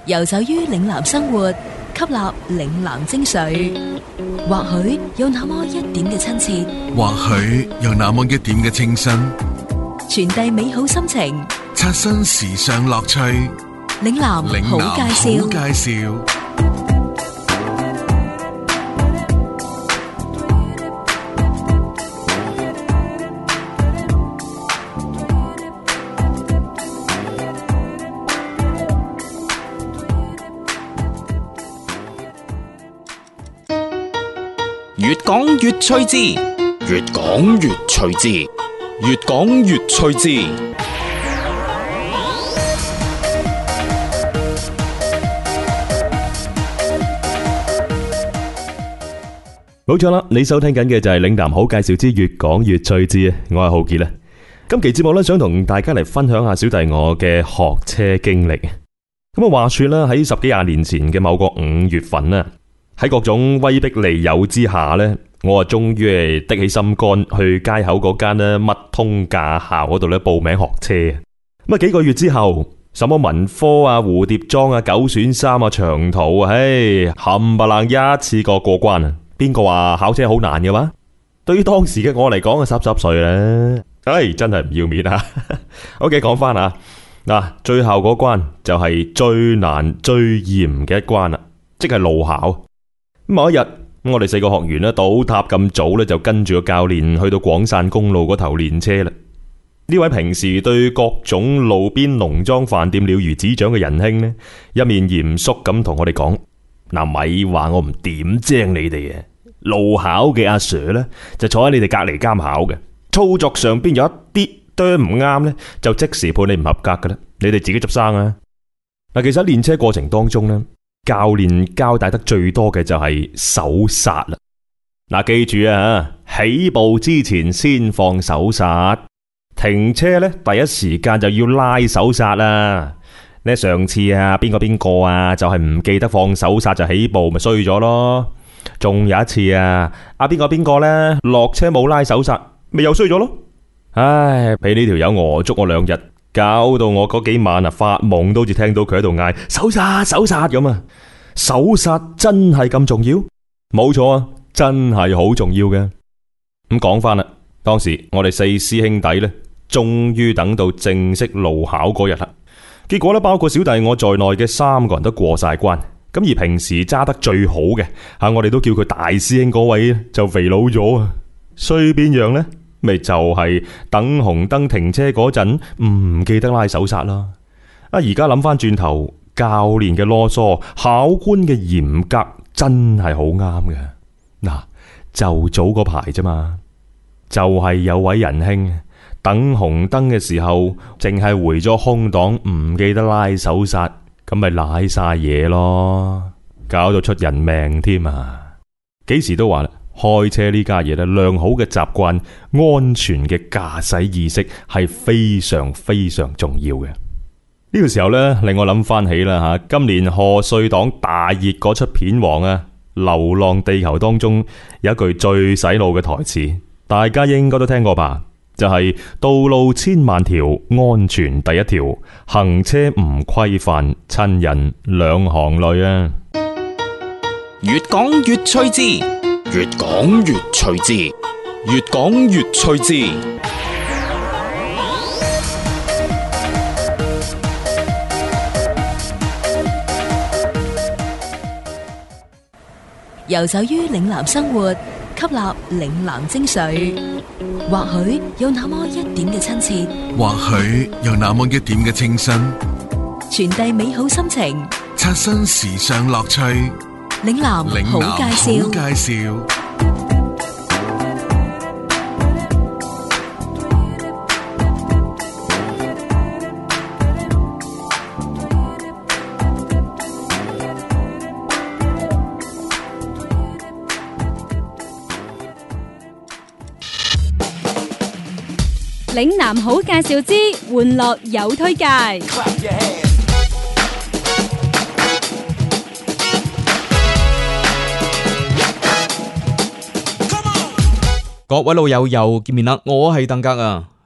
遊走於嶺南生活，吸納嶺南精髓，或許有那麼一點嘅親切， 或許有那麼一點嘅清新， 傳遞美好心情， 刷新時尚樂趣。 嶺南好介紹， 嶺南好介紹。 越講越趣致，越講越趣致，越講越趣致。 冇錯啦，你收聽緊嘅就係嶺南好介紹之越講越趣致啊！我係浩傑啦。今期節目咧，想同大家嚟分享下小弟我嘅學車經歷。咁啊，話說啦，喺十幾廿年前嘅某個5月份啦，喺各種威逼利誘之下呢，我啊終於係的起心肝去街口嗰間咧乜通駕校嗰度咧報名學車。咁啊，幾個月之後，什麼文科啊、蝴蝶裝啊、9選3啊、長途啊，冚唪唥一次過過關啊！邊個話考車好難嘅話？對於當時嘅我嚟講啊，濕碎啦，真係唔要面啊！OK， 講翻啊，嗱，最後嗰關就係最難最嚴嘅一關啦，即係路考。某一日，我哋4個學員咧倒塌咁早咧，就跟住個教練去到廣汕公路嗰頭練車啦。呢位平時對各種路邊農莊飯店了如指掌嘅仁兄呢，一面嚴肅咁同我哋講：嗱，咪話我唔點精你哋啊！路考嘅阿 Sir 呢，就坐喺你哋隔籬監考嘅，操作上邊有一啲都唔啱呢，就即時判你唔合格噶啦，你哋自己執生啊！嗱，其實練車過程當中呢，教練交代得最多嘅就係手剎啦。嗱，記住啊，起步之前先放手剎，停車呢，第一時間就要拉手剎啦。呢上次啊，邊個啊，就係唔記得放手剎就起步，咪衰咗咯。仲有一次啊，邊個呢，落車冇拉手剎，咪又衰咗咯。唉，俾呢條友餓足我2日，搞到我嗰幾晚啊，發夢都好似聽到佢喺度嗌手剎手剎咁啊！手剎真係咁重要？冇錯啊，真係好重要嘅。咁講翻啦，當時我哋4師兄弟呢，終於等到正式路考嗰日啦。結果呢，包括小弟我在內嘅3個人都過晒關。咁而平時揸得最好嘅我哋都叫佢大師兄嗰位就肥佬咗啊！衰邊樣呢？咪就係等紅燈停車嗰陣唔記得拉手剎啦！而家諗翻轉頭，教練嘅囉嗦，考官嘅嚴格，真係好啱嘅。嗱，就早嗰排啫嘛，就係有位仁兄等紅燈嘅時候，淨係回咗空檔，唔記得拉手剎。咁咪瀨晒嘢咯，搞到出人命添啊！幾時都話啦，開車呢家嘢咧，良好嘅習慣、安全嘅駕駛意識係非常非常重要嘅。呢個時候呢，令我諗翻起啦吓，今年賀歲檔大熱嗰出片王啊，《流浪地球》當中有一句最洗腦嘅台詞，大家應該都聽過吧？就係道路千萬條，安全第一條，行車唔規範，親人兩行淚啊！ 越講越趣致，越講越趣致，越講越趣致。 遊走於嶺南生活，吸納嶺南精髓，或許有那麼一點嘅親切， 或許有那麼一點嘅清新， 傳遞美好心情， 刷新時尚樂趣。 嶺南好介紹。 嶺南好介紹之玩樂有推介。 各位老友又見面啦，我係鄧格啊。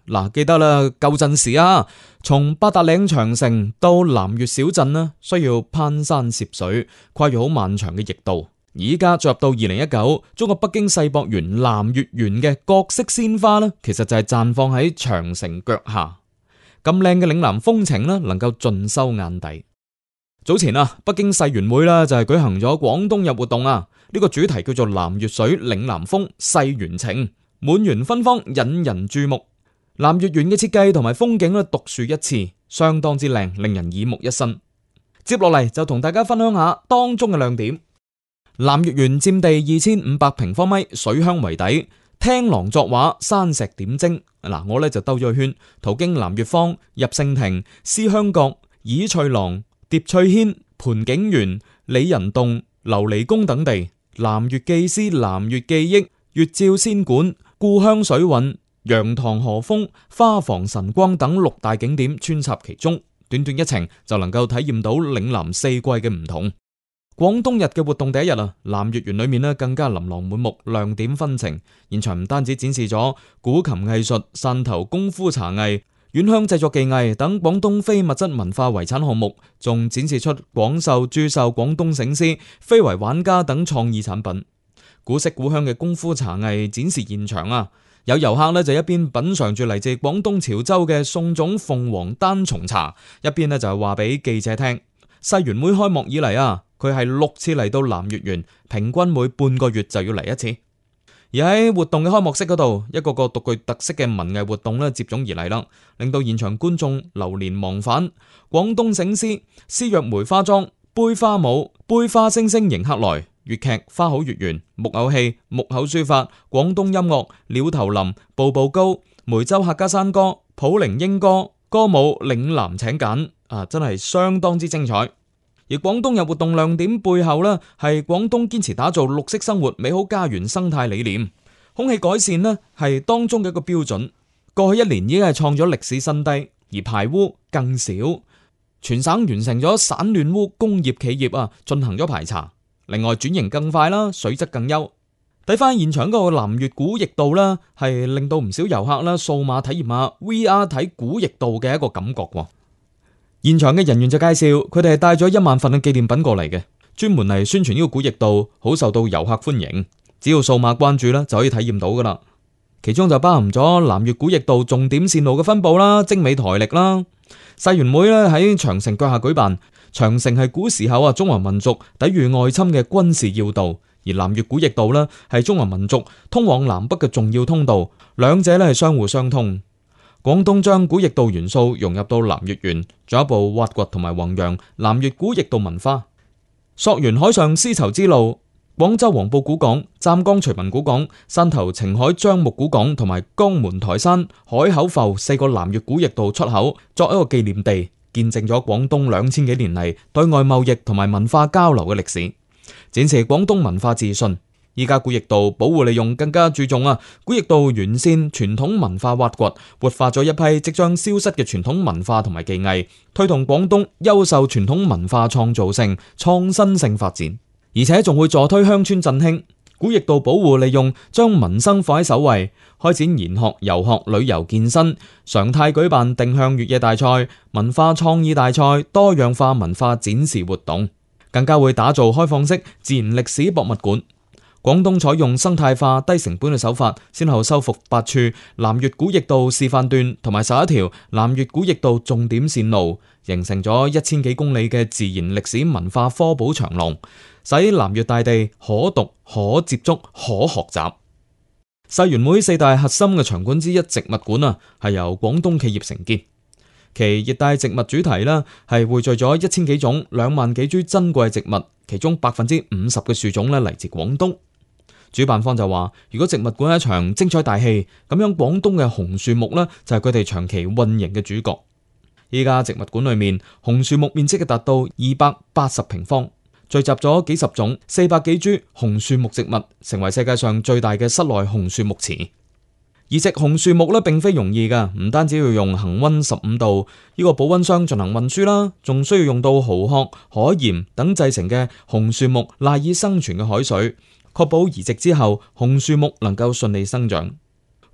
嗱，記得啦，舊陣時啊，從八達嶺長城到南粵小鎮呢，需要攀山涉水，跨越好漫長嘅驛道。而家進入到2019，中國北京世博園南粵園嘅各色鮮花呢，其實就係綻放喺長城腳下。咁靚嘅嶺南風情呢，能夠盡收眼底。早前啊，北京世園會啦就係舉行咗廣東日活動啊，呢個主題叫做南粵水嶺南風世園情，滿園芬芳引人注目。南粵園嘅設計同埋風景咧獨樹一幟，相當之靚，令人耳目一新。接落嚟就同大家分享下當中嘅亮點。南粵園佔地2500平方米，水鄉為底，廳廊作畫，山石點睛。嗱，我咧就兜咗一圈，途經南粵坊、入聖亭、思鄉閣、倚翠廊、疊翠軒、盤景園、李仁洞、琉璃宮等地，南粵記思、南粵記憶、粵照仙館、故鄉水韻、楊塘河風、花房晨光等6大景點穿插其中，短短一程就能夠體驗到嶺南四季嘅唔同。廣東日嘅活動第一日啊，南粵園裏面更加琳琅滿目，亮點紛呈。現場唔單止展示咗古琴藝術、汕頭功夫茶藝、丸香製作技藝等廣東非物質文化遺產項目，仲展示出廣繡、珠繡、廣東醒獅、非遺玩家等創意產品。古色古香嘅功夫茶藝展示現場啊，有遊客就一邊品嘗住嚟自廣東潮州嘅宋種鳳凰單叢茶，一邊就係話俾記者聽，世園會開幕以嚟啊，佢係6次嚟到南粵園，平均每半個月就要嚟一次。而喺活動嘅開幕式嗰度，一個個獨具特色嘅文藝活動接踵而嚟啦，令到現場觀眾流連忘返。廣東醒獅、施若梅花莊、杯花舞、杯花星星迎客來、粵劇花好月圓、木偶戲、木口書法、廣東音樂、鳥頭林、步步高、梅州客家山歌、普寧瑛歌、歌舞嶺南請柬啊，真係相當之精彩。而廣東日活動亮點背後呢，係廣東堅持打造綠色生活、美好家園生態理念。空氣改善呢係當中嘅一個標準。過去1年已經係創咗歷史新低，而排污更少。全省完成咗散亂污工業企業啊進行咗排查。另外轉型更快啦，水質更優。睇翻現場嗰個南粵古驛道啦，係令到唔少遊客啦數碼體驗下 VR 睇古驛道嘅一個感覺。現場嘅人員就介紹，佢哋係帶咗1萬份嘅紀念品過嚟嘅，專門嚟宣傳呢個古驛道，好受到遊客歡迎。只要數碼關注啦，就可以體驗到噶啦。其中就包含咗南粵古驛道重點線路嘅分佈啦、精美台曆啦。世園會咧喺長城腳下舉辦，長城係古時候中華民族抵禦外侵嘅軍事要道，而南粵古驛道咧係中華民族通往南北嘅重要通道，兩者咧係相互相通。廣東將古驛道元素融入到南粵園，進一步挖掘同埋弘揚南粵古驛道文化。溯源海上絲綢之路、廣州黃埔古港、湛江徐聞古港、汕頭澄海樟木古港同埋江門台山海口埠4個南粵古驛道出口，作一個紀念地，見證咗廣東2000幾年嚟對外貿易同埋文化交流嘅歷史，展示廣東文化自信。依家古驛道保護利用更加注重古驛道沿線傳統文化挖掘，活化咗一批即將消失嘅傳統文化同埋技藝，推動廣東優秀傳統文化創造性、創新性發展，而且仲會助推鄉村振興。古驛道保護利用將民生放喺首位，開展研學、遊學、旅遊、健身，常態舉辦定向越野大賽、文化創意大賽、多樣化文化展示活動，更加會打造開放式自然歷史博物館。廣東採用生態化、低成本嘅手法，先後修復8處南粵古驛道示範段同埋11條南粵古驛道重點線路，形成咗1000幾公里嘅自然歷史文化科寶長廊，使南粵大地可讀、可接觸、可學習。世園會4大核心嘅場館之一植物館係由廣東企業承建，其熱帶植物主題係匯聚咗1000幾種、2萬幾株珍貴植物，其中50%嘅樹種嚟自廣東。主辦方就話，如果植物館係一場精彩大戲，咁樣廣東嘅紅樹木就係佢哋長期運營嘅主角。依家植物館裏面紅樹木面積嘅達到280平方，聚集咗幾十種400幾株紅樹木植物，成為世界上最大嘅室內紅樹木池。移植紅樹木並非容易噶，唔單止要用恒溫15度呢個保溫箱進行運輸啦，仲需要用到蠔殼、海鹽等製成嘅紅樹木賴以生存嘅海水，確保移植之後紅樹木能夠順利生長。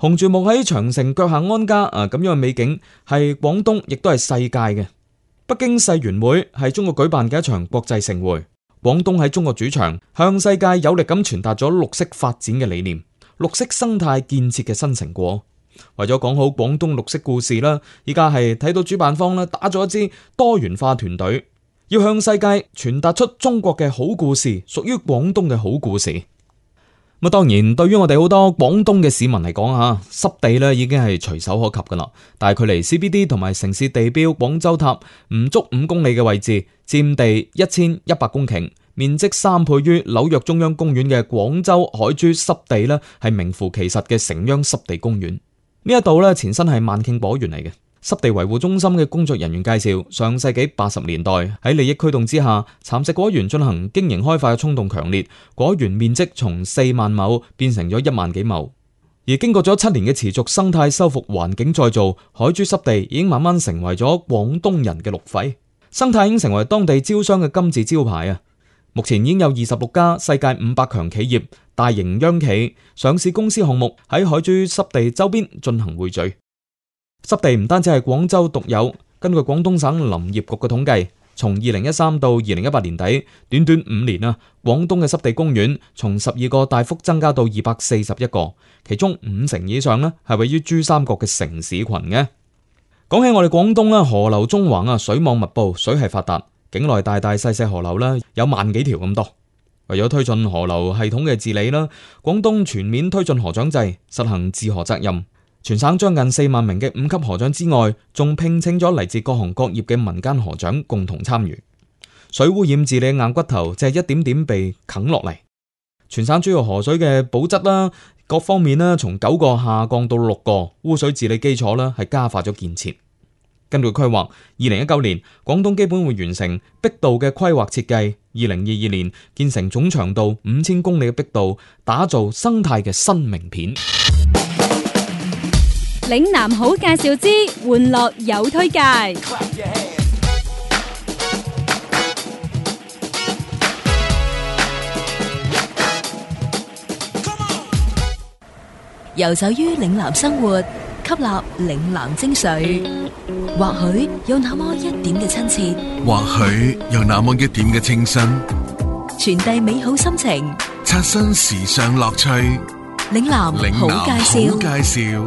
紅樹木喺長城腳下安家咁樣嘅美景係廣東亦都係世界嘅。北京世園會係中國舉辦嘅一場國際盛會，廣東喺中國主場向世界有力咁傳達咗綠色發展嘅理念、綠色生態建設嘅新成果。為咗講好廣東綠色故事啦，依家係睇到主辦方啦打咗一支多元化團隊，要向世界傳達出中國嘅好故事，屬於廣東嘅好故事。咁當然，對於我哋好多廣東嘅市民嚟講吓，濕地咧已經係隨手可及噶啦。但係距離 CBD 同埋城市地標廣州塔唔足5公里嘅位置，佔地1100公頃，面積3倍於紐約中央公園嘅廣州海珠濕地咧，係名副其實嘅城央濕地公園。呢一度咧前身係萬頃果園嚟嘅。濕地維護中心嘅工作人員介紹，上世紀80年代喺利益驅動之下，蠶食果園進行經營開發嘅衝動強烈，果園面積從4萬畝變成咗1萬幾畝。而經過咗7年嘅持續生態修復、環境再造，海珠濕地已經慢慢成為咗廣東人嘅綠肺，生態已經成為當地招商嘅金字招牌啊！目前已經有26家世界500強企業、大型央企、上市公司項目喺海珠濕地周邊進行匯聚。濕地唔單止係廣州獨有，根據廣東省林業局嘅統計，從2013到2018年底，短短5年啊，廣東嘅濕地公園從12個大幅增加到241個，其中50%以上呢係位於珠三角嘅城市群嘅。講起我哋廣東啦，河流縱橫啊，水網密布，水系發達，境內大大細細河流啦有萬幾條咁多。為咗推進河流系統嘅治理啦，廣東全面推進河長制，實行治河責任。全省將近4萬名嘅5級河長之外，仲聘請咗嚟自各行各業嘅民間河長共同參與。水污染治理硬骨頭就係一點點被啃落嚟。全省主要河水嘅保質啦，各方面啦，從9個下降到6個，污水治理基礎啦係加快咗建設。根據規劃，2019年廣東基本會完成碧道嘅規劃設計，2022年建成總長度5000公里嘅碧道，打造生態嘅新名片。 嶺南好介紹之，玩樂有推介。 遊走於嶺南生活，吸納嶺南精髓，或許有那麼一點嘅親切， 或許有那麼一點嘅清新， 傳遞美好心情， 刷新時尚樂趣。 嶺南好介紹。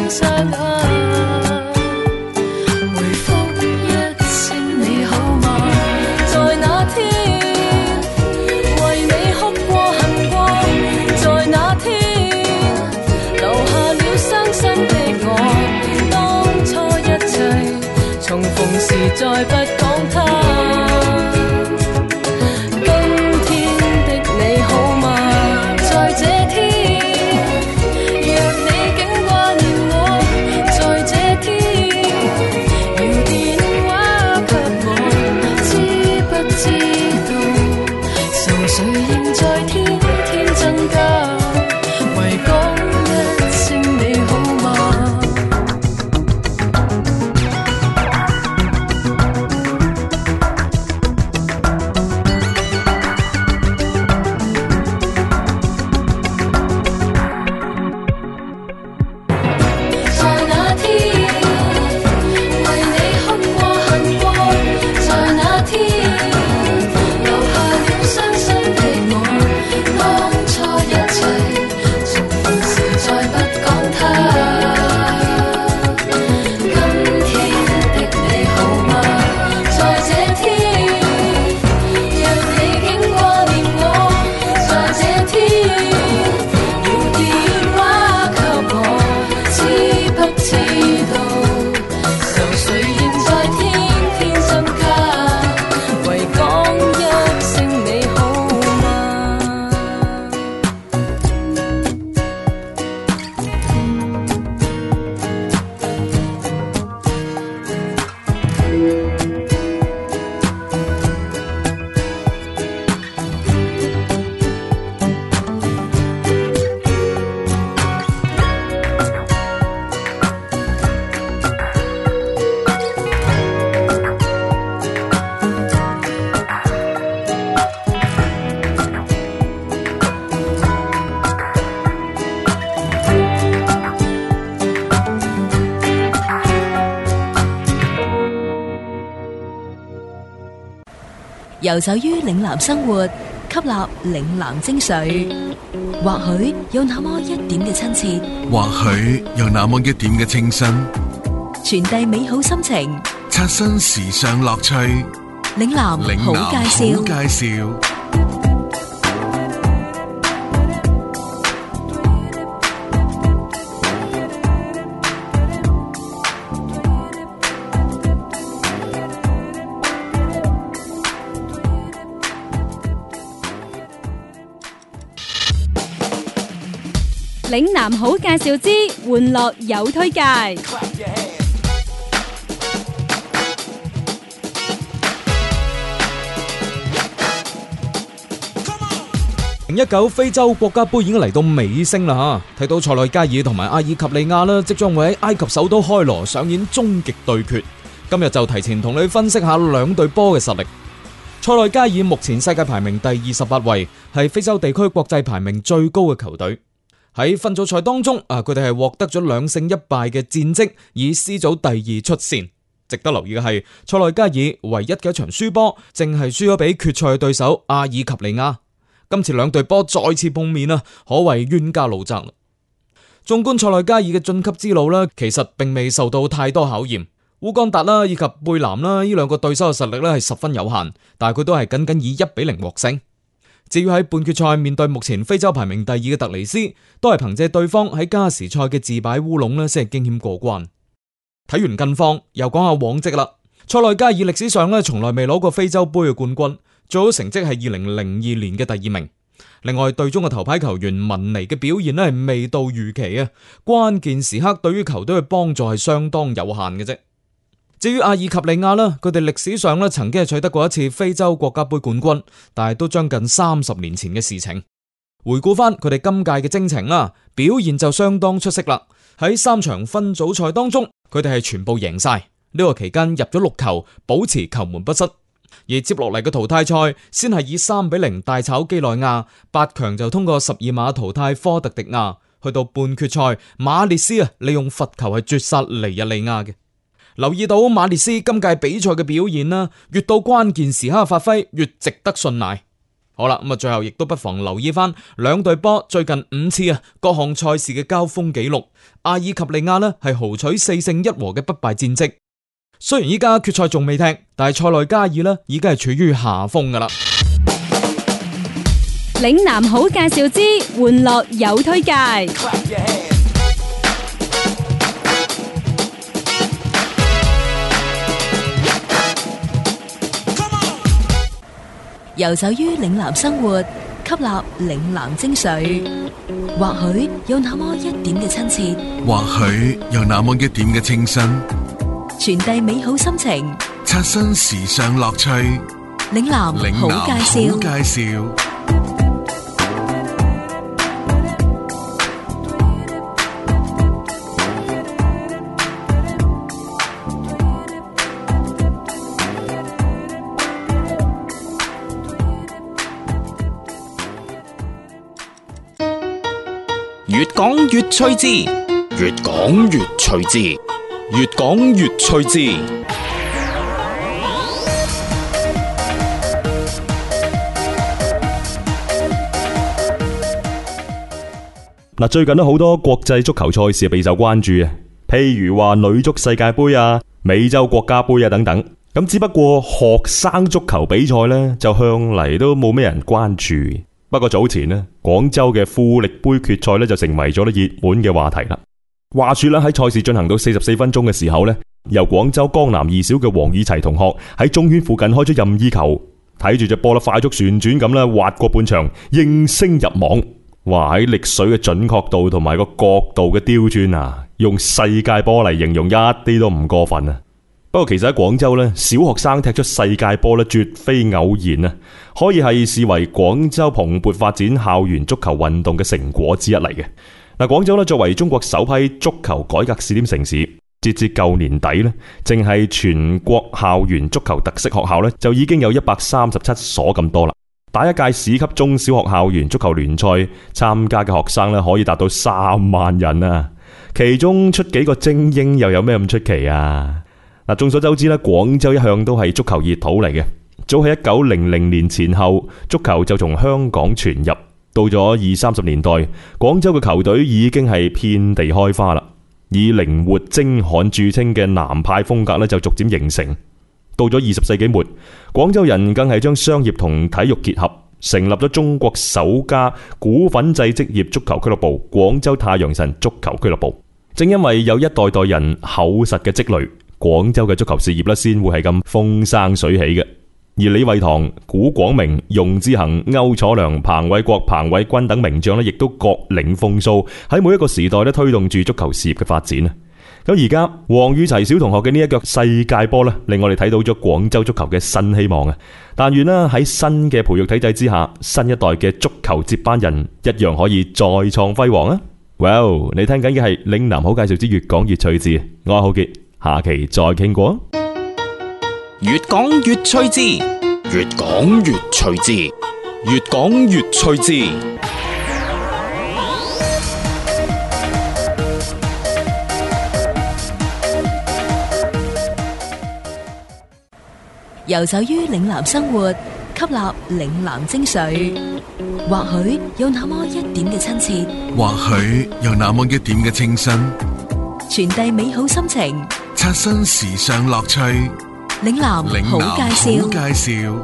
聲相啊，回覆一聲你好嗎？在那天為你哭過恨過，在那天留下了傷心的我，當初一切重逢時再不講它。 遊走於嶺南生活，吸納嶺南精髓，或許有那麼一點嘅親切， 或許有那麼一點嘅清新， 傳遞美好心情， 刷新時尚樂趣。 嶺南好介紹， 好介紹。 嶺南好介紹之玩樂有推介。 2019非洲國家盃已經嚟到尾聲啦吓，睇到塞內加爾同埋阿爾及利亞啦，即將會喺埃及首都開羅上演終極對決。今日就提前同你分析下兩隊波嘅實力。塞內加爾目前世界排名第28位，係非洲地區國際排名最高嘅球隊。喺分組賽當中，佢哋係獲得咗2勝1敗嘅戰績，以 C 組第2出線。值得留意嘅係，塞內加爾唯一嘅一場輸波，淨係輸咗俾決賽嘅對手阿爾及利亞。今次兩隊波再次碰面啊，可謂冤家路窄啦。縱觀塞內加爾嘅晉級之路啦，其實並未受到太多考驗。烏干達啦以及貝南啦呢兩個對手嘅實力咧係十分有限，但係佢都係僅僅以1-0獲勝。至於喺半決賽面對目前非洲排名第2嘅特尼斯，都係憑借對方喺加時賽嘅自擺烏龍先係驚險過關。睇完近況，又講下往績啦。塞內加爾歷史上從來未攞過非洲杯嘅冠軍，最好成績係2002年嘅第2名。另外隊中嘅頭牌球員文尼嘅表現係未到預期啊，關鍵時刻對於球隊嘅幫助係相當有限嘅啫。至於阿爾及利亞啦，佢哋歷史上曾經係取得過一次非洲國家杯冠軍，但係都將近30年前嘅事情。回顧翻佢哋今屆嘅征程啦，表現就相當出色啦。喺3場分組賽當中，佢哋係全部贏晒。呢個期間入咗6球，保持球門不失。而接落嚟嘅淘汰賽，先係以3-0大炒基內亞，8強就通過12碼淘汰科特迪亞。去到半決賽，馬列斯利用罰球係絕殺尼日利亞嘅。留意到馬列斯今屆比賽嘅表現啦，越到關鍵時刻發揮越值得信賴。 好啦，咁啊，最後亦都不妨留意翻兩隊波最近5次各項賽事嘅交鋒紀錄。阿爾及利亞呢係豪取4勝1和嘅不敗戰績。雖然依家決賽仲未踢，但係塞內加爾呢已經係處於下風噶啦。 嶺南好介紹之，玩樂有推介。 遊走於嶺南生活，吸納嶺南精髓，或許有那麼一點嘅親切， 或許有那麼一點嘅清新， 傳遞美好心情， 刷新時尚樂趣。 嶺南好介紹。 越講越趣致，越講越趣致，越講越趣致。 嗱，最近都好多國際足球賽事備受關注啊，譬如話女足世界盃啊、美洲國家盃啊等等。咁只不過學生足球比賽呢，就向嚟都冇咩人關注。不過早前呢，廣州嘅富力杯決賽呢，就成為咗熱門嘅話題啦。話說啦，喺賽事進行到44分鐘嘅時候呢，由廣州江南二小嘅黃宇齊同學喺中圈附近開咗任意球，睇住隻波啦快速旋轉咁啦滑過半場，應聲入網。哇！喺力水嘅準確度同埋個角度嘅刁鑽啊，用世界波嚟形容一啲都唔過分啊！不過其實喺廣州呢，小學生踢出世界波呢，絕非偶然啊，可以係視為廣州蓬勃發展校園足球運動嘅成果之一嚟嘅。嗱，廣州呢作為中國首批足球改革試點城市，截至舊年底呢，淨係全國校園足球特色學校呢，就已經有137所咁多啦。打一屆市級中小學校園足球聯賽參加嘅學生呢，可以達到3萬人啊！其中出幾個精英又有咩咁出奇啊？嗱，眾所周知咧，廣州一向都係足球熱土嚟嘅。早喺1900年前後，足球就從香港傳入。到咗20-30年代，廣州嘅球隊已經係遍地開花啦。以靈活精悍著稱嘅南派風格咧，就逐漸形成。到咗20世紀末，廣州人更係將商業同體育結合，成立咗中國首家股份制職業足球俱樂部——廣州太陽神足球俱樂部。正因為有一代代人厚實嘅積累，廣州嘅足球事業咧，先會係咁風生水起嘅。而李惠堂、古廣明、容志行、歐楚良、彭偉國、彭偉軍等名將咧，亦都各領風騷，喺每一個時代咧，推動住足球事業嘅發展啊！咁而家黃宇齊小同學嘅呢一腳世界波咧，令我哋睇到咗廣州足球嘅新希望啊！但願啦，喺新嘅培育體制之下，新一代嘅足球接班人一樣可以再創輝煌啊！Well， 你聽緊嘅係嶺南好介紹之越講越趣致，我係浩傑，下期再傾過。 越講越趣致，越講越趣致，越講越趣致。 遊走於嶺南生活，吸納嶺南精髓，或許有那麼一點嘅親切， 或許有那麼一點嘅清新， 傳遞美好心情， 刷新時尚樂趣。 嶺南好介紹。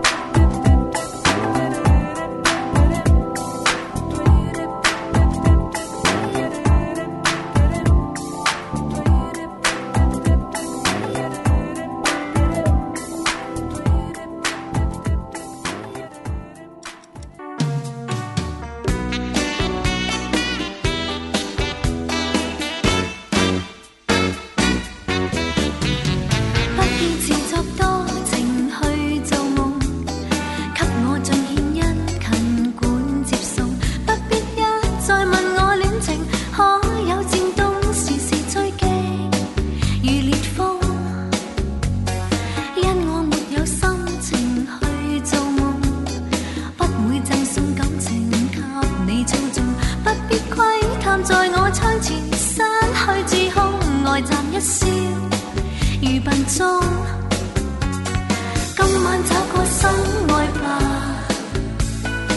今晚找個心愛吧，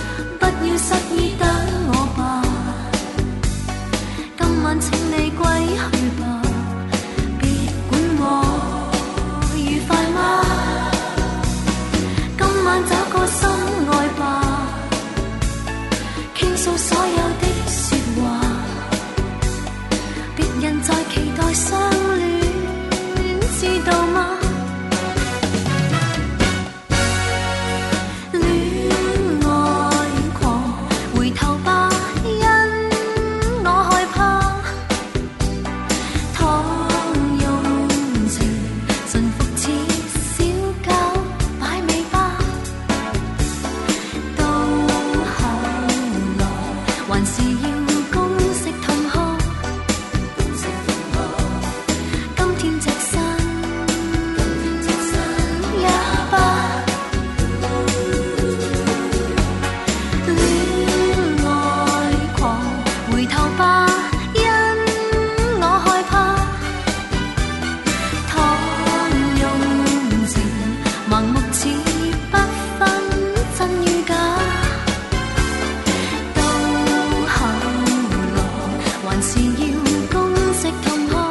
是要公式同學，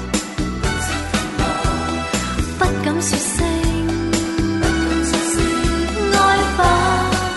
不敢說聲愛吧。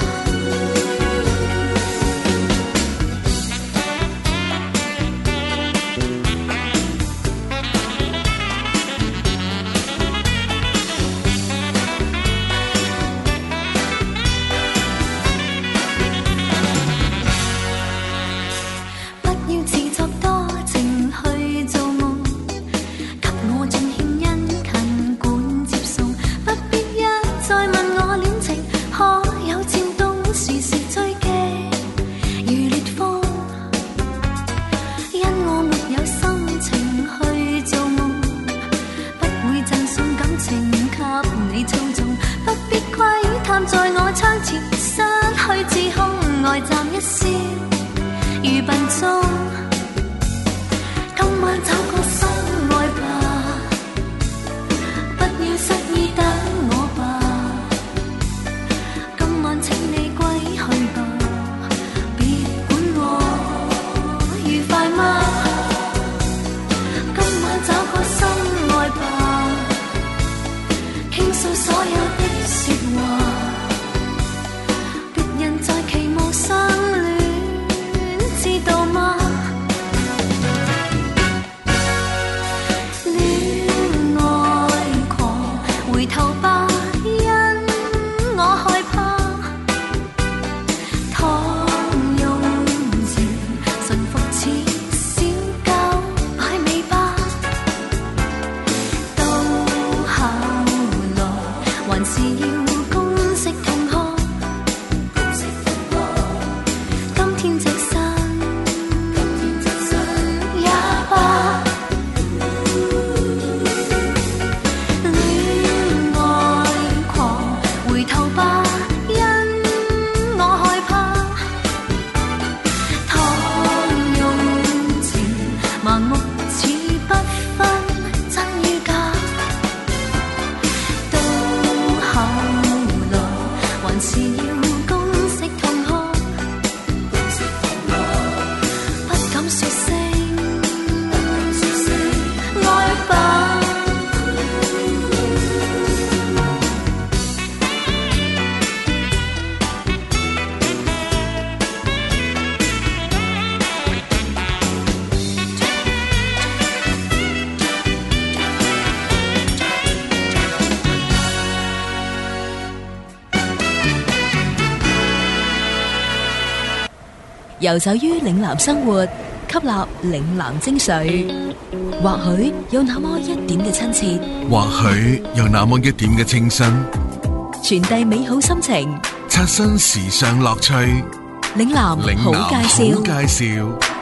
遊走於嶺南生活，吸納嶺南精髓，或許有那麼一點嘅親切， 或許有那麼一點嘅清新， 傳遞美好心情， 刷新時尚樂趣。 嶺南好介紹。 嶺南好介紹。